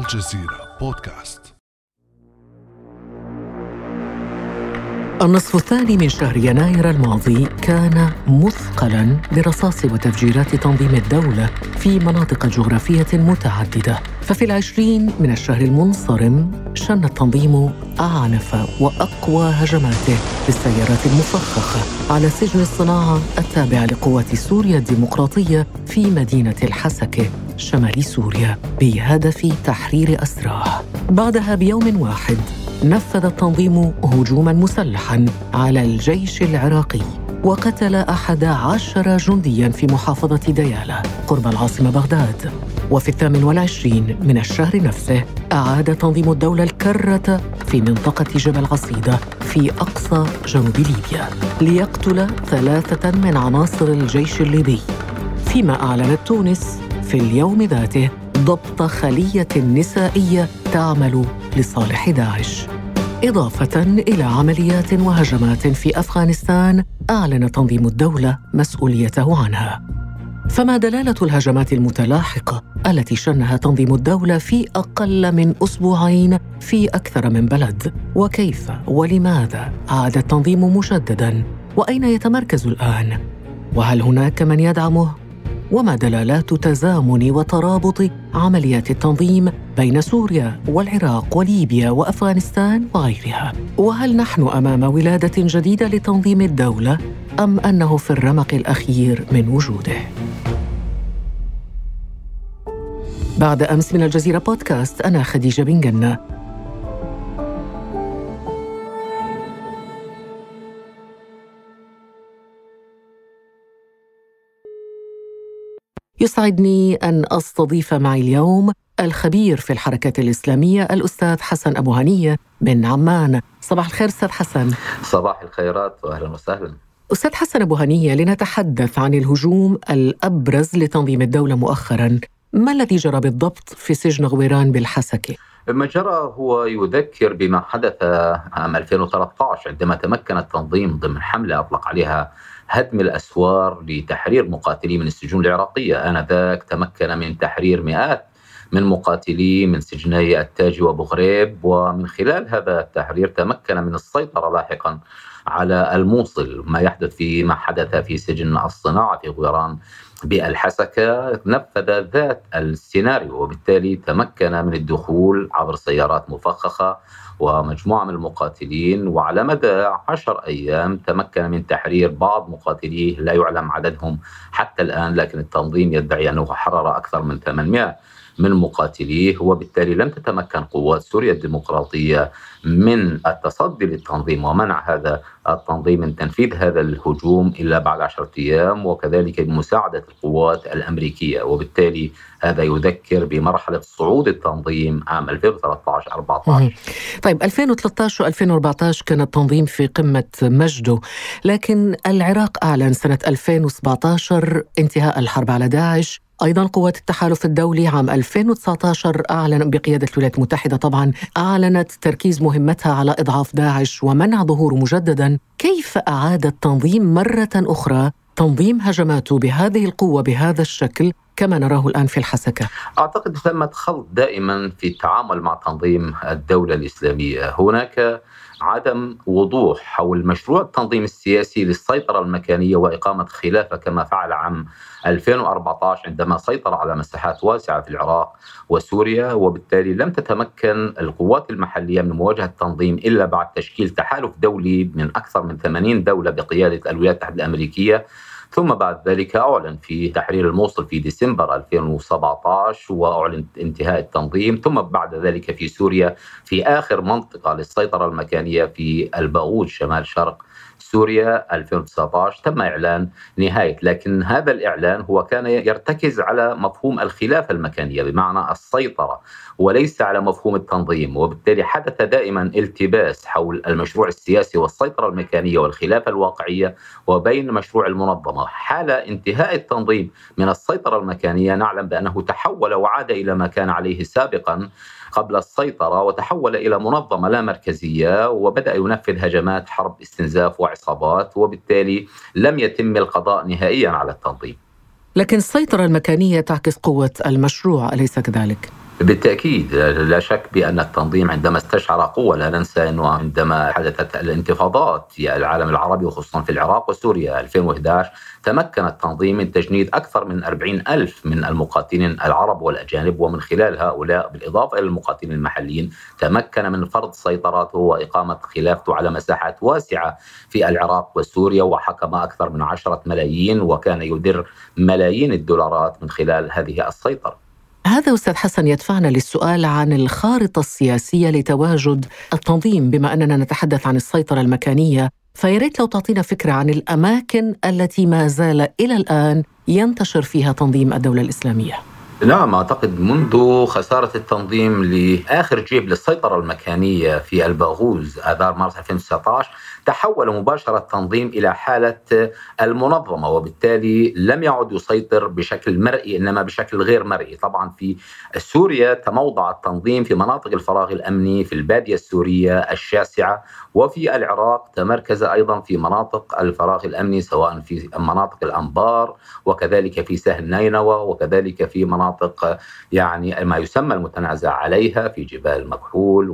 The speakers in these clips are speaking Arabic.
الجزيرة بودكاست. النصف الثاني من شهر يناير الماضي كان مثقلاً برصاص وتفجيرات تنظيم الدولة في مناطق جغرافية متعددة. ففي 20 من الشهر المنصرم شن التنظيم أعنف وأقوى هجماته بالسيارات المفخخة على سجن الصناعة التابع لقوات سوريا الديمقراطية في مدينة الحسكة شمال سوريا بهدف تحرير أسراه. بعدها بيوم واحد نفذ التنظيم هجوماً مسلحاً على الجيش العراقي وقتل 11 جندياً في محافظة ديالى قرب العاصمة بغداد. وفي 28 من الشهر نفسه أعاد تنظيم الدولة الكرة في منطقة جبل عصيدة في أقصى جنوب ليبيا ليقتل 3 من عناصر الجيش الليبي، فيما أعلنت تونس في اليوم ذاته ضبط خلية نسائية تعمل لصالح داعش، إضافة إلى عمليات وهجمات في أفغانستان أعلن تنظيم الدولة مسؤوليته عنها. فما دلالة الهجمات المتلاحقة التي شنها تنظيم الدولة في أقل من أسبوعين في أكثر من بلد؟ وكيف ولماذا عاد التنظيم مجدداً؟ وأين يتمركز الآن؟ وهل هناك من يدعمه؟ وما دلالات تزامن وترابط عمليات التنظيم بين سوريا والعراق وليبيا وأفغانستان وغيرها؟ وهل نحن أمام ولادة جديدة لتنظيم الدولة أم أنه في الرمق الأخير من وجوده؟ بعد أمس من الجزيرة بودكاست، أنا خديجة بن جنة. يسعدني أن أستضيف معي اليوم الخبير في الحركات الإسلامية الأستاذ حسن أبو هنية من عمان. صباح الخير أستاذ حسن. صباح الخيرات وأهلا وسهلا. أستاذ حسن أبو هنية، لنتحدث عن الهجوم الأبرز لتنظيم الدولة مؤخراً. ما الذي جرى بالضبط في سجن غويران بالحسكة؟ ما جرى هو يذكر بما حدث عام 2013 عندما تمكن التنظيم ضمن حملة أطلق عليها هدم الأسوار لتحرير مقاتلي من السجون العراقية. آنذاك تمكن من تحرير مئات من مقاتلي من سجني التاج وأبو غريب، ومن خلال هذا التحرير تمكن من السيطرة لاحقا على الموصل. ما حدث في سجن الصناعة في غويران بالحسكة نفذ ذات السيناريو، وبالتالي تمكن من الدخول عبر سيارات مفخخة ومجموعة من المقاتلين، وعلى مدى 10 أيام تمكن من تحرير بعض مقاتليه لا يعلم عددهم حتى الآن، لكن التنظيم يدعي أنه حرر أكثر من 800 من مقاتليه. وبالتالي لم تتمكن قوات سوريا الديمقراطية من التصدي للتنظيم ومنع هذا التنظيم من تنفيذ هذا الهجوم إلا بعد 10 أيام، وكذلك بمساعدة القوات الأمريكية. وبالتالي هذا يذكر بمرحلة صعود التنظيم عام 2013-14. طيب 2013 و2014 كان التنظيم في قمة مجده، لكن العراق أعلن سنة 2017 انتهاء الحرب على داعش. أيضاً قوات التحالف الدولي عام 2019 أعلن بقيادة الولايات المتحدة طبعاً أعلنت تركيز مهمتها على إضعاف داعش ومنع ظهوره مجدداً. كيف أعاد التنظيم مرة أخرى تنظيم هجماته بهذه القوة بهذا الشكل كما نراه الآن في الحسكة؟ أعتقد ثمة خلط دائما في التعامل مع تنظيم الدولة الإسلامية. هناك عدم وضوح حول مشروع التنظيم السياسي للسيطرة المكانية وإقامة خلافة كما فعل عام 2014 عندما سيطر على مساحات واسعة في العراق وسوريا، وبالتالي لم تتمكن القوات المحلية من مواجهة التنظيم إلا بعد تشكيل تحالف دولي من أكثر من 80 دولة بقيادة الولايات المتحدة الأمريكية. ثم بعد ذلك أعلن في تحرير الموصل في ديسمبر 2017 وأعلن انتهاء التنظيم. ثم بعد ذلك في سوريا في آخر منطقة للسيطرة المكانية في الباغوث شمال شرق سوريا 2019 تم إعلان نهاية. لكن هذا الإعلان هو كان يرتكز على مفهوم الخلافة المكانية بمعنى السيطرة وليس على مفهوم التنظيم، وبالتالي حدث دائما التباس حول المشروع السياسي والسيطرة المكانية والخلافة الواقعية وبين مشروع المنظمة. حال انتهاء التنظيم من السيطرة المكانية نعلم بأنه تحول وعاد إلى ما كان عليه سابقا قبل السيطرة، وتحول إلى منظمة لا مركزية وبدأ ينفذ هجمات حرب استنزاف وعصابات، وبالتالي لم يتم القضاء نهائيا على التنظيم. لكن السيطرة المكانية تعكس قوة المشروع، أليس كذلك؟ بالتأكيد لا شك بأن التنظيم عندما استشعر قوة، لا ننسى أنه عندما حدثت الانتفاضات في العالم العربي وخصوصا في العراق وسوريا 2011 تمكن التنظيم من تجنيد أكثر من 40 ألف من المقاتلين العرب والأجانب، ومن خلال هؤلاء بالإضافة إلى المقاتلين المحليين تمكن من فرض سيطرته وإقامة خلافته على مساحات واسعة في العراق وسوريا، وحكم أكثر من 10 ملايين وكان يدر ملايين الدولارات من خلال هذه السيطرة. هذا أستاذ حسن يدفعنا للسؤال عن الخارطة السياسية لتواجد التنظيم، بما أننا نتحدث عن السيطرة المكانية، فياريت لو تعطينا فكرة عن الأماكن التي ما زال إلى الآن ينتشر فيها تنظيم الدولة الإسلامية. نعم، أعتقد منذ خسارة التنظيم لآخر جيب للسيطرة المكانية في الباغوز آذار مارس 2019 تحول مباشرة التنظيم إلى حالة المنظمة، وبالتالي لم يعد يسيطر بشكل مرئي إنما بشكل غير مرئي. طبعا في سوريا تموضع التنظيم في مناطق الفراغ الأمني في البادية السورية الشاسعة، وفي العراق تمركز أيضا في مناطق الفراغ الأمني سواء في مناطق الأنبار وكذلك في سهل نينوى وكذلك في مناطق يعني ما يسمى المتنازع عليها في جبال مكحول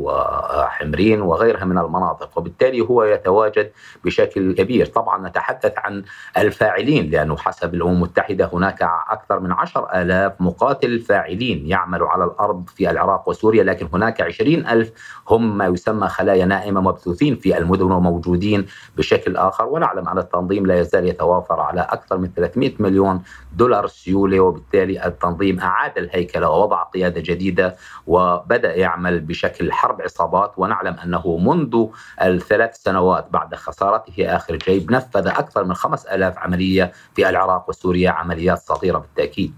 وحمرين وغيرها من المناطق، وبالتالي هو يتواجد بشكل كبير. طبعا نتحدث عن الفاعلين لأنه حسب الأمم المتحدة هناك أكثر من 10,000 مقاتل فاعلين يعملوا على الأرض في العراق وسوريا، لكن هناك 20,000 هم ما يسمى خلايا نائمة مبثوثين في المدن وموجودين بشكل آخر. ونعلم أن التنظيم لا يزال يتوافر على أكثر من 300 مليون دولار سيولة، وبالتالي التنظيم أعاد الهيكلة ووضع قيادة جديدة وبدأ يعمل بشكل حرب عصابات. ونعلم أنه منذ ال3 سنوات بعد خسارته آخر جيب نفذ أكثر من 5,000 عملية في العراق وسوريا، عمليات صغيرة بالتأكيد.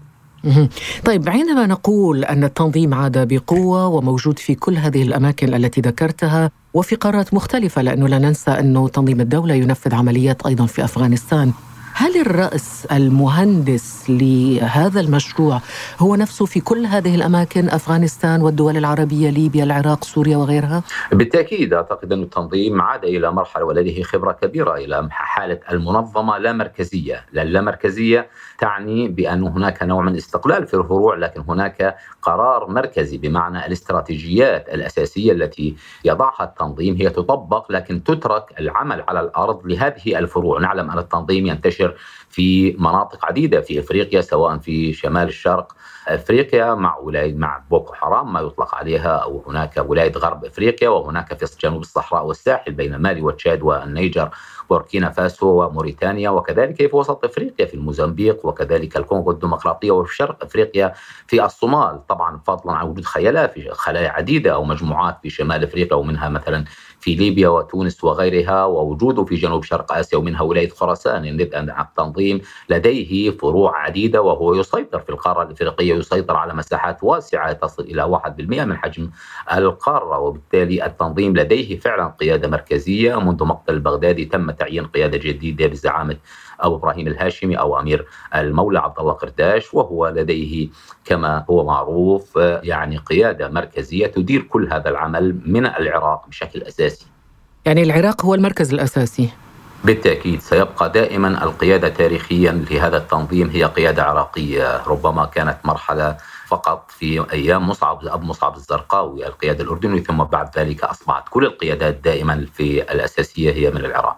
طيب، عندما نقول أن التنظيم عاد بقوة وموجود في كل هذه الأماكن التي ذكرتها وفي قارات مختلفة، لأنه لا ننسى أنه تنظيم الدولة ينفذ عمليات أيضا في أفغانستان، هل الرأس المهندس لهذا المشروع هو نفسه في كل هذه الأماكن، أفغانستان والدول العربية، ليبيا، العراق، سوريا وغيرها؟ بالتأكيد أعتقد أن التنظيم عاد إلى مرحلة ولديه خبرة كبيرة إلى حالة المنظمة لا مركزية. لا مركزية تعني بأن هناك نوع من الاستقلال في الفروع، لكن هناك قرار مركزي، بمعنى الاستراتيجيات الأساسية التي يضعها التنظيم هي تطبق، لكن تترك العمل على الأرض لهذه الفروع. نعلم أن التنظيم ينتشر في مناطق عديدة في إفريقيا، سواء في شمال الشرق أفريقيا مع بوكو حرام ما يطلق عليها، أو هناك ولاية غرب أفريقيا، وهناك في جنوب الصحراء والساحل بين مالي وتشاد والنيجر بوركينا فاسو وموريتانيا، وكذلك في وسط أفريقيا في الموزمبيق، وكذلك الكونغو الديمقراطية، وفي شرق أفريقيا في الصومال، طبعا فضلا عن وجود خلايا عديدة أو مجموعات في شمال أفريقيا ومنها مثلا في ليبيا وتونس وغيرها، ووجوده في جنوب شرق آسيا ومنها ولاية خراسان. يعني التنظيم لديه فروع عديدة وهو يسيطر في القارة الأفريقية، يسيطر على مساحات واسعة تصل إلى 1% من حجم القارة، وبالتالي التنظيم لديه فعلا قيادة مركزية. منذ مقتل البغدادي تم تعيين قيادة جديدة بزعامة أبو إبراهيم الهاشمي أو أمير المولى عبد الله قرداش، وهو لديه كما هو معروف يعني قيادة مركزية تدير كل هذا العمل من العراق بشكل أساسي. يعني العراق هو المركز الأساسي؟ بالتأكيد سيبقى دائما القيادة تاريخيا لهذا التنظيم هي قيادة عراقية، ربما كانت مرحلة فقط في أيام أبو مصعب الزرقاوي القيادة الأردنية، ثم بعد ذلك أصبحت كل القيادات دائما في الأساسية هي من العراق.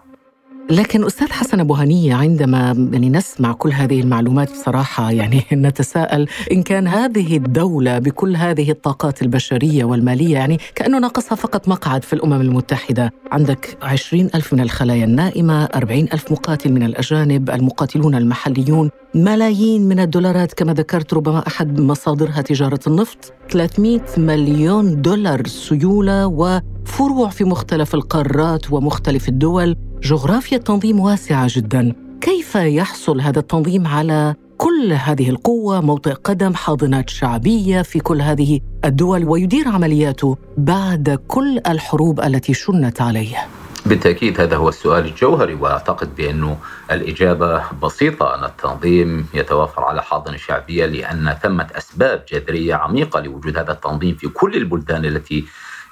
لكن أستاذ حسن أبو هنية، عندما نسمع كل هذه المعلومات بصراحة نتساءل إن كان هذه الدولة بكل هذه الطاقات البشرية والمالية كأنه ناقصها فقط مقعد في الأمم المتحدة. عندك 20,000 من الخلايا النائمة، 40,000 مقاتل من الأجانب، المقاتلون المحليون، ملايين من الدولارات كما ذكرت، ربما أحد مصادرها تجارة النفط، 300 مليون دولار سيولة وفروع في مختلف القارات ومختلف الدول. جغرافيا التنظيم واسعة جدا. كيف يحصل هذا التنظيم على كل هذه القوة، موطئ قدم، حاضنات شعبية في كل هذه الدول، ويدير عملياته بعد كل الحروب التي شنت عليه؟ بالتأكيد هذا هو السؤال الجوهري، وأعتقد بأنه الإجابة بسيطة، أن التنظيم يتوافر على حاضنة شعبية لأن ثمة أسباب جذرية عميقة لوجود هذا التنظيم في كل البلدان التي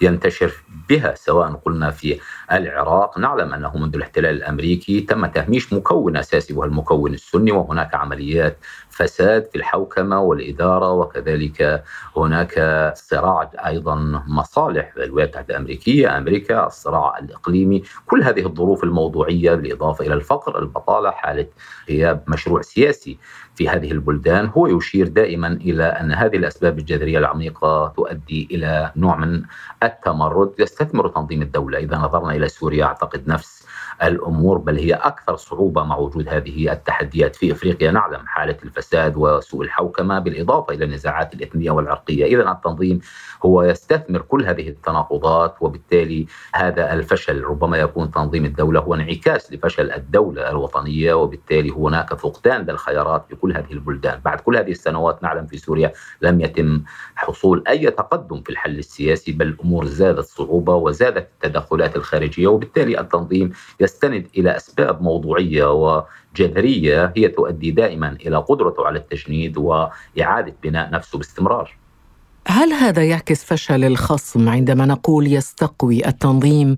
ينتشر بها، سواء قلنا في العراق. نعلم أنه منذ الاحتلال الأمريكي تم تهميش مكون أساسي وهو المكون السني، وهناك عمليات فساد في الحوكمة والإدارة، وكذلك هناك صراع أيضا مصالح الولايات المتحدة الأمريكية، أمريكا، الصراع الإقليمي. كل هذه الظروف الموضوعية بالإضافة إلى الفقر، البطالة، حالة غياب مشروع سياسي في هذه البلدان، هو يشير دائما إلى أن هذه الأسباب الجذرية العميقة تؤدي إلى نوع من التمرد يستثمر تنظيم الدولة. إذا نظرنا إلى سوريا أعتقد نفس الأمور، بل هي أكثر صعوبة مع وجود هذه التحديات. في إفريقيا نعلم حالة الفساد وسوء الحوكمة بالإضافة إلى النزاعات الإثنية والعرقية. إذا التنظيم هو يستثمر كل هذه التناقضات، وبالتالي هذا الفشل ربما يكون تنظيم الدولة هو انعكاس لفشل الدولة الوطنية، وبالتالي هناك فقدان للخيارات في كل هذه البلدان. بعد كل هذه السنوات نعلم في سوريا لم يتم حصول أي تقدم في الحل السياسي، بل الأمور زادت صعوبة وزادت التدخلات الخارجية، وبالتالي التنظيم يستند إلى أسباب موضوعية وجذرية هي تؤدي دائما إلى قدرته على التجنيد وإعادة بناء نفسه باستمرار. هل هذا يعكس فشل الخصم عندما نقول يستقوي التنظيم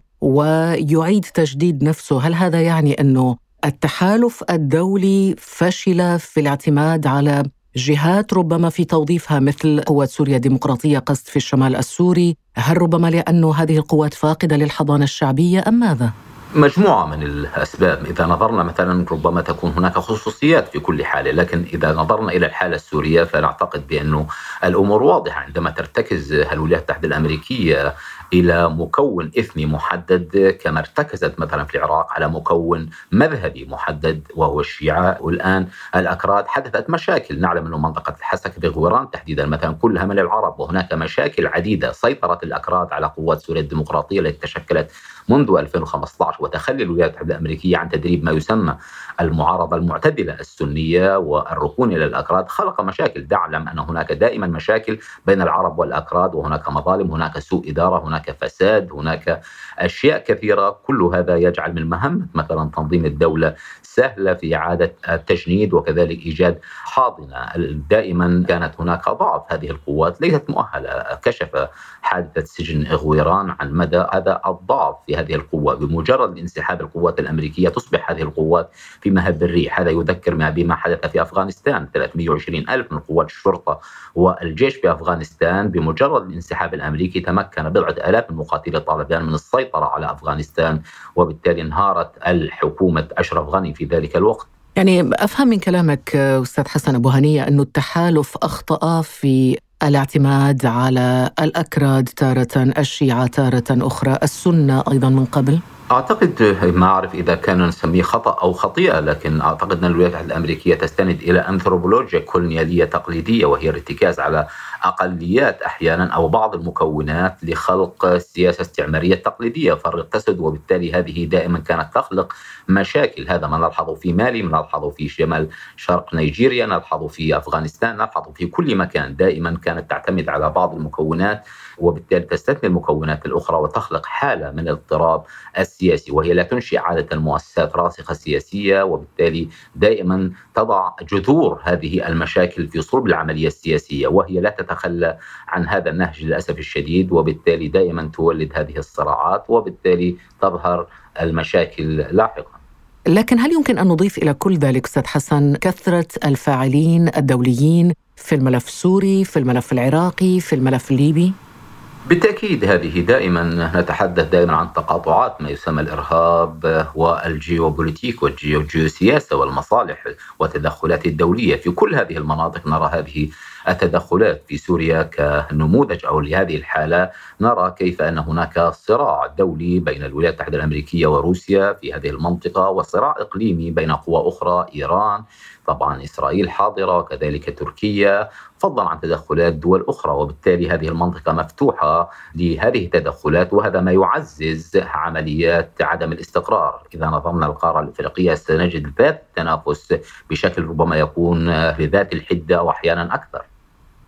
ويعيد تجديد نفسه؟ هل هذا يعني أنه التحالف الدولي فشل في الاعتماد على جهات ربما في توظيفها مثل قوات سوريا الديمقراطية قصد في الشمال السوري؟ هل ربما لأنه هذه القوات فاقدة للحضانة الشعبية أم ماذا؟ مجموعة من الأسباب. إذا نظرنا مثلا ربما تكون هناك خصوصيات في كل حالة، لكن إذا نظرنا إلى الحالة السورية فنعتقد بأنه الأمور واضحة. عندما ترتكز الولايات المتحدة الأمريكية إلى مكون إثني محدد كما ارتكزت مثلا في العراق على مكون مذهبي محدد وهو الشيعة، والآن الأكراد، حدثت مشاكل. نعلم أن منطقة الحسك بغوران تحديدا مثلا كلها من العرب، وهناك مشاكل عديدة. سيطرة الأكراد على قوات سوريا الديمقراطية التي تشكلت منذ 2015، وتخلي الولايات المتحدة الأمريكية عن تدريب ما يسمى المعارضة المعتدلة السنية والركون إلى الأكراد خلق مشاكل. نعلم أن هناك دائما مشاكل بين العرب والأكراد، وهناك مظالم، هناك سوء إدارة، هناك فساد، هناك أشياء كثيرة. كل هذا يجعل من مهمة مثلا تنظيم الدولة سهلة في إعادة التجنيد وكذلك إيجاد حاضنة. دائما كانت هناك ضعف، هذه القوات ليست مؤهلة. كشف حادثة سجن غويران عن مدى هذا الضعف في هذه القوة. بمجرد انسحاب القوات الأمريكية تصبح هذه القوات في مهب الريح. هذا يذكر بما حدث في أفغانستان. 320 ألف من قوات الشرطة والجيش في أفغانستان بمجرد الانسحاب الأمريكي تمكن بضعة آلاف من مقاتلي طالبان من السيطرة على أفغانستان، وبالتالي انهارت الحكومة أشرف غني في ذلك الوقت. يعني أفهم من كلامك أستاذ حسن أبو هنية أنه التحالف أخطأ في الاعتماد على الأكراد تارة، الشيعة تارة أخرى، السنة أيضا من قبل. أعتقد ما أعرف إذا كان نسميه خطأ أو خطيئة، لكن أعتقد أن الولايات المتحدة الأمريكية تستند إلى أنثروبولوجيا كولونيالية تقليدية، وهي الارتكاز على أقليات أحيانا أو بعض المكونات لخلق سياسة استعمارية تقليدية، فرق تسد، وبالتالي هذه دائما كانت تخلق مشاكل. هذا ما نلحظه في مالي، ما نلحظه في شمال شرق نيجيريا، نلحظه في أفغانستان، نلحظه في كل مكان. دائما كانت تعتمد على بعض المكونات وبالتالي تستثني المكونات الأخرى وتخلق حالة من الاضطراب السياسي، وهي لا تنشئ عادة مؤسسات راسخة سياسية، وبالتالي دائما تضع جذور هذه المشاكل في صلب العملية السياسية، وهي لا تتخلى عن هذا النهج للأسف الشديد، وبالتالي دائما تولد هذه الصراعات، وبالتالي تظهر المشاكل لاحقا. لكن هل يمكن أن نضيف إلى كل ذلك أستاذ حسن كثرة الفاعلين الدوليين في الملف السوري، في الملف العراقي، في الملف الليبي؟ بالتأكيد هذه دائما نتحدث دائما عن تقاطعات ما يسمى الإرهاب والجيوبوليتيك والجيوسياسة والمصالح والتدخلات الدولية في كل هذه المناطق. نرى هذه التدخلات في سوريا كنموذج، أو لهذه الحالة نرى كيف أن هناك صراع دولي بين الولايات المتحدة الأمريكية وروسيا في هذه المنطقة، وصراع إقليمي بين قوى أخرى، إيران، طبعا إسرائيل حاضرة، وكذلك تركيا، فضلا عن تدخلات دول أخرى. وبالتالي هذه المنطقة مفتوحة لهذه التدخلات، وهذا ما يعزز عمليات عدم الاستقرار. إذا نظرنا القارة الأفريقية سنجد ذات التنافس بشكل ربما يكون لذات الحدة وأحيانا أكثر.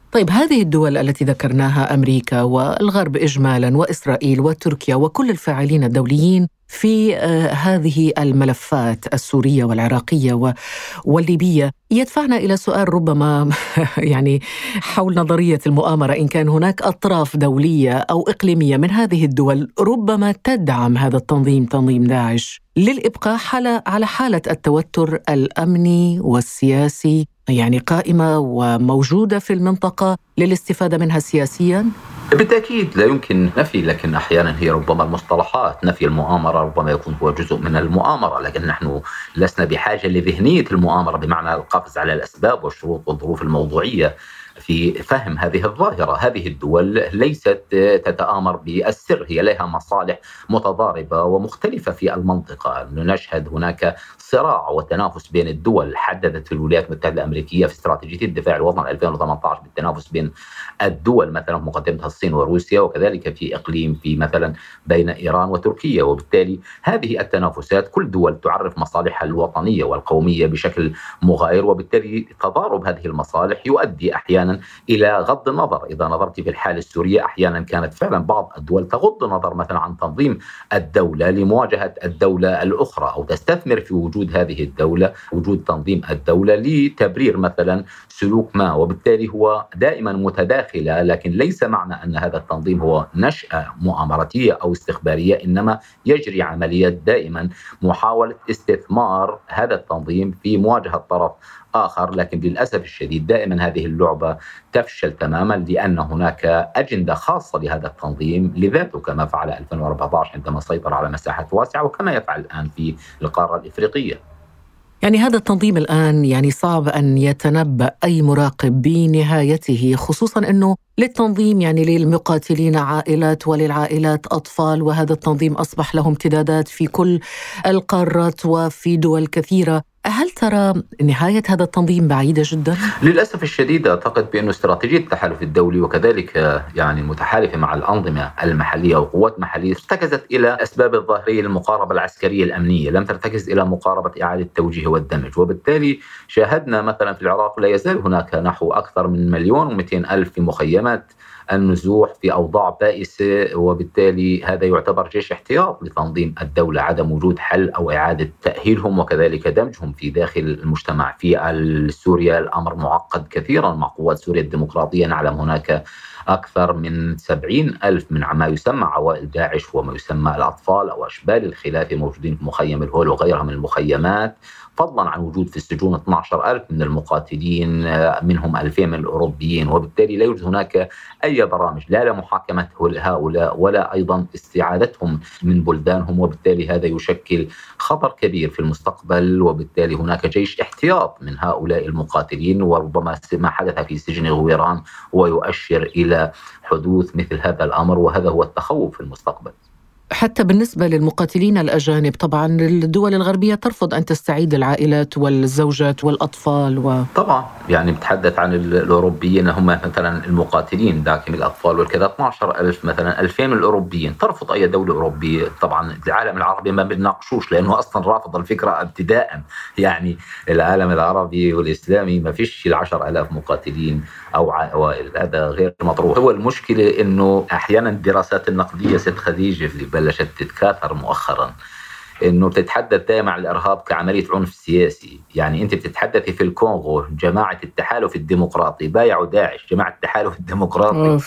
طيب هذه الدول التي ذكرناها، أمريكا والغرب إجمالاً وإسرائيل وتركيا وكل الفاعلين الدوليين في هذه الملفات السورية والعراقية والليبية، يدفعنا إلى سؤال ربما يعني حول نظرية المؤامرة. إن كان هناك أطراف دولية أو إقليمية من هذه الدول ربما تدعم هذا التنظيم، تنظيم داعش، للإبقاء على حالة التوتر الأمني والسياسي، يعني قائمة وموجودة في المنطقة للاستفادة منها سياسياً؟ بالتأكيد لا يمكن نفي، لكن أحيانا هي ربما المصطلحات، نفي المؤامرة ربما يكون هو جزء من المؤامرة، لكن نحن لسنا بحاجة لذهنية المؤامرة بمعنى القفز على الأسباب والشروط والظروف الموضوعية في فهم هذه الظاهرة. هذه الدول ليست تتآمر بالسر، هي لها مصالح متضاربة ومختلفة في المنطقة. نشهد هناك صراع وتنافس بين الدول. حددت الولايات المتحدة الأمريكية في استراتيجية الدفاع الوطني 2018 بالتنافس بين الدول، مثلا مقدمتها الصين وروسيا، وكذلك في إقليم في مثلا بين إيران وتركيا. وبالتالي هذه التنافسات كل دول تعرف مصالحها الوطنية والقومية بشكل مغاير، وبالتالي تضارب هذه المصالح يؤدي أحيانا إلى غض النظر. إذا نظرت في الحالة السورية أحيانا كانت فعلا بعض الدول تغض النظر مثلا عن تنظيم الدولة لمواجهة الدولة الأخرى، أو تستثمر في وجود هذه الدولة، وجود تنظيم الدولة لتبرير مثلا سلوك ما. وبالتالي هو دائما متداخلة، لكن ليس معنى أن هذا التنظيم هو نشأة مؤامراتية أو استخبارية، إنما يجري عمليات دائما محاولة استثمار هذا التنظيم في مواجهة طرف آخر. لكن للأسف الشديد دائما هذه اللعبة تفشل تماما، لأن هناك أجندة خاصة لهذا التنظيم لذاته، كما فعل 2014 عندما سيطر على مساحات واسعة، وكما يفعل الآن في القارة الإفريقية. يعني هذا التنظيم الآن يعني صعب أن يتنبأ أي مراقب بنهايته، خصوصاً أنه للتنظيم يعني للمقاتلين عائلات وللعائلات أطفال، وهذا التنظيم أصبح له امتدادات في كل القارات وفي دول كثيرة. هل ترى نهاية هذا التنظيم بعيدة جدا؟ للأسف الشديد أعتقد بأن استراتيجية التحالف الدولي وكذلك يعني المتحالفة مع الأنظمة المحلية وقوات محلية ارتكزت إلى أسباب الظاهرية للمقاربة العسكرية الأمنية، لم ترتكز إلى مقاربة إعادة التوجيه والدمج. وبالتالي شاهدنا مثلا في العراق لا يزال هناك نحو أكثر من 1,200,000 في مخيمات النزوح في أوضاع بائسة، وبالتالي هذا يعتبر جيش احتياط لتنظيم الدولة. عدم وجود حل أو إعادة تأهيلهم وكذلك دمجهم في داخل المجتمع. في سوريا الأمر معقد كثيرا مع قوات سوريا الديمقراطية. نعلم هناك أكثر من 70,000 من ما يسمى عوائل داعش وما يسمى الأطفال أو أشبال الخلافة موجودين في مخيم الهول وغيرها من المخيمات، فضلا عن وجود في السجون 12,000 من المقاتلين، منهم 2,000 من الأوروبيين. وبالتالي لا يوجد هناك أي برامج لا لمحاكمة هؤلاء ولا أيضا استعادتهم من بلدانهم، وبالتالي هذا يشكل خطر كبير في المستقبل. وبالتالي هناك جيش احتياط من هؤلاء المقاتلين، وربما ما حدث في سجن غويران هو يؤشر إلى حدوث مثل هذا الأمر، وهذا هو التخوف في المستقبل. حتى بالنسبة للمقاتلين الأجانب طبعا الدول الغربية ترفض أن تستعيد العائلات والزوجات والأطفال طبعا يعني بتحدث عن الأوروبيين هم مثلا المقاتلين داخل الأطفال والكذا 12,000 مثلا 2,000 من الأوروبيين. ترفض أي دولة أوروبية. طبعا العالم العربي ما بنناقشوش لأنه أصلا رافض الفكرة ابتداء. يعني العالم العربي والإسلامي ما فيش 10,000 مقاتلين أو عوائل، هذا غير مطروح. هو المشكلة إنه أحيانا الدراسات النقدية ست خديجة اللي بلشت تتكاثر مؤخرا، إنه بتتحدث دائما عن الإرهاب كعملية عنف سياسي. يعني أنت بتتحدثي في الكونغو جماعة التحالف الديمقراطي بايعوا داعش، جماعة التحالف الديمقراطي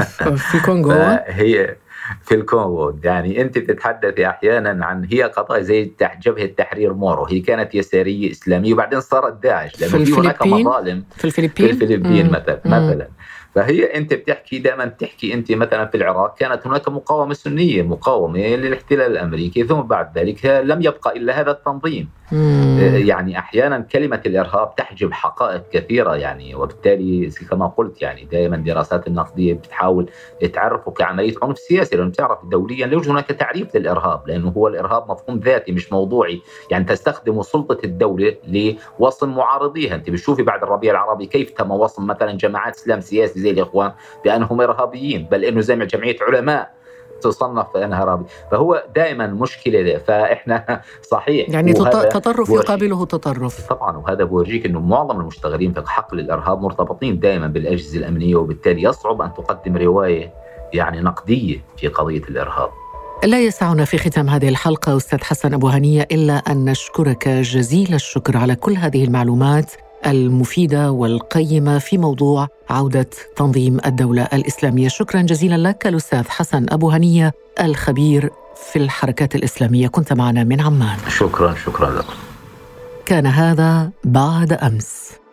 في الكونغو هي في الكونغو. يعني أنت بتتحدثي أحيانا عن هي قضايا زي جبهة تحرير مورو، هي كانت يسارية إسلامية وبعدين صارت داعش لأنه في هناك مظالم في الفلبين مثلا. فهي أنت بتحكي دائما تحكي أنت مثلا في العراق كانت هناك مقاومة سنية، مقاومة للاحتلال الأمريكي، ثم بعد ذلك لم يبقى إلا هذا التنظيم. يعني أحيانا كلمة الإرهاب تحجب حقائق كثيرة. يعني وبالتالي كما قلت يعني دائما دراسات النقدية بتحاول تعرفه كعملية عنف سياسي، لأنه تعرف دوليا لا يوجد هناك تعريف للإرهاب، لأنه هو الإرهاب مفهوم ذاتي مش موضوعي. يعني تستخدم سلطة الدولة لوصم معارضيها. أنت بتشوفي بعد الربيع العربي كيف تم وصم مثلا جماعات إسلام سياسي زي الإخوان بأنهم إرهابيين، بل إنه زي جمعية علماء تصنف بأنها إرهابية، فهو دائما مشكلة. فإحنا صحيح يعني تطرف يقابله تطرف طبعا، وهذا بورجيك أنه معظم المشتغلين في حقل الإرهاب مرتبطين دائما بالأجهزة الأمنية، وبالتالي يصعب أن تقدم رواية يعني نقدية في قضية الإرهاب. لا يسعنا في ختام هذه الحلقة أستاذ حسن أبو هنية إلا أن نشكرك جزيل الشكر على كل هذه المعلومات المفيدة والقيمة في موضوع عودة تنظيم الدولة الإسلامية. شكرا جزيلا لك الأستاذ حسن أبو هنية الخبير في الحركات الإسلامية، كنت معنا من عمان. شكرا لكم. كان هذا بعد أمس.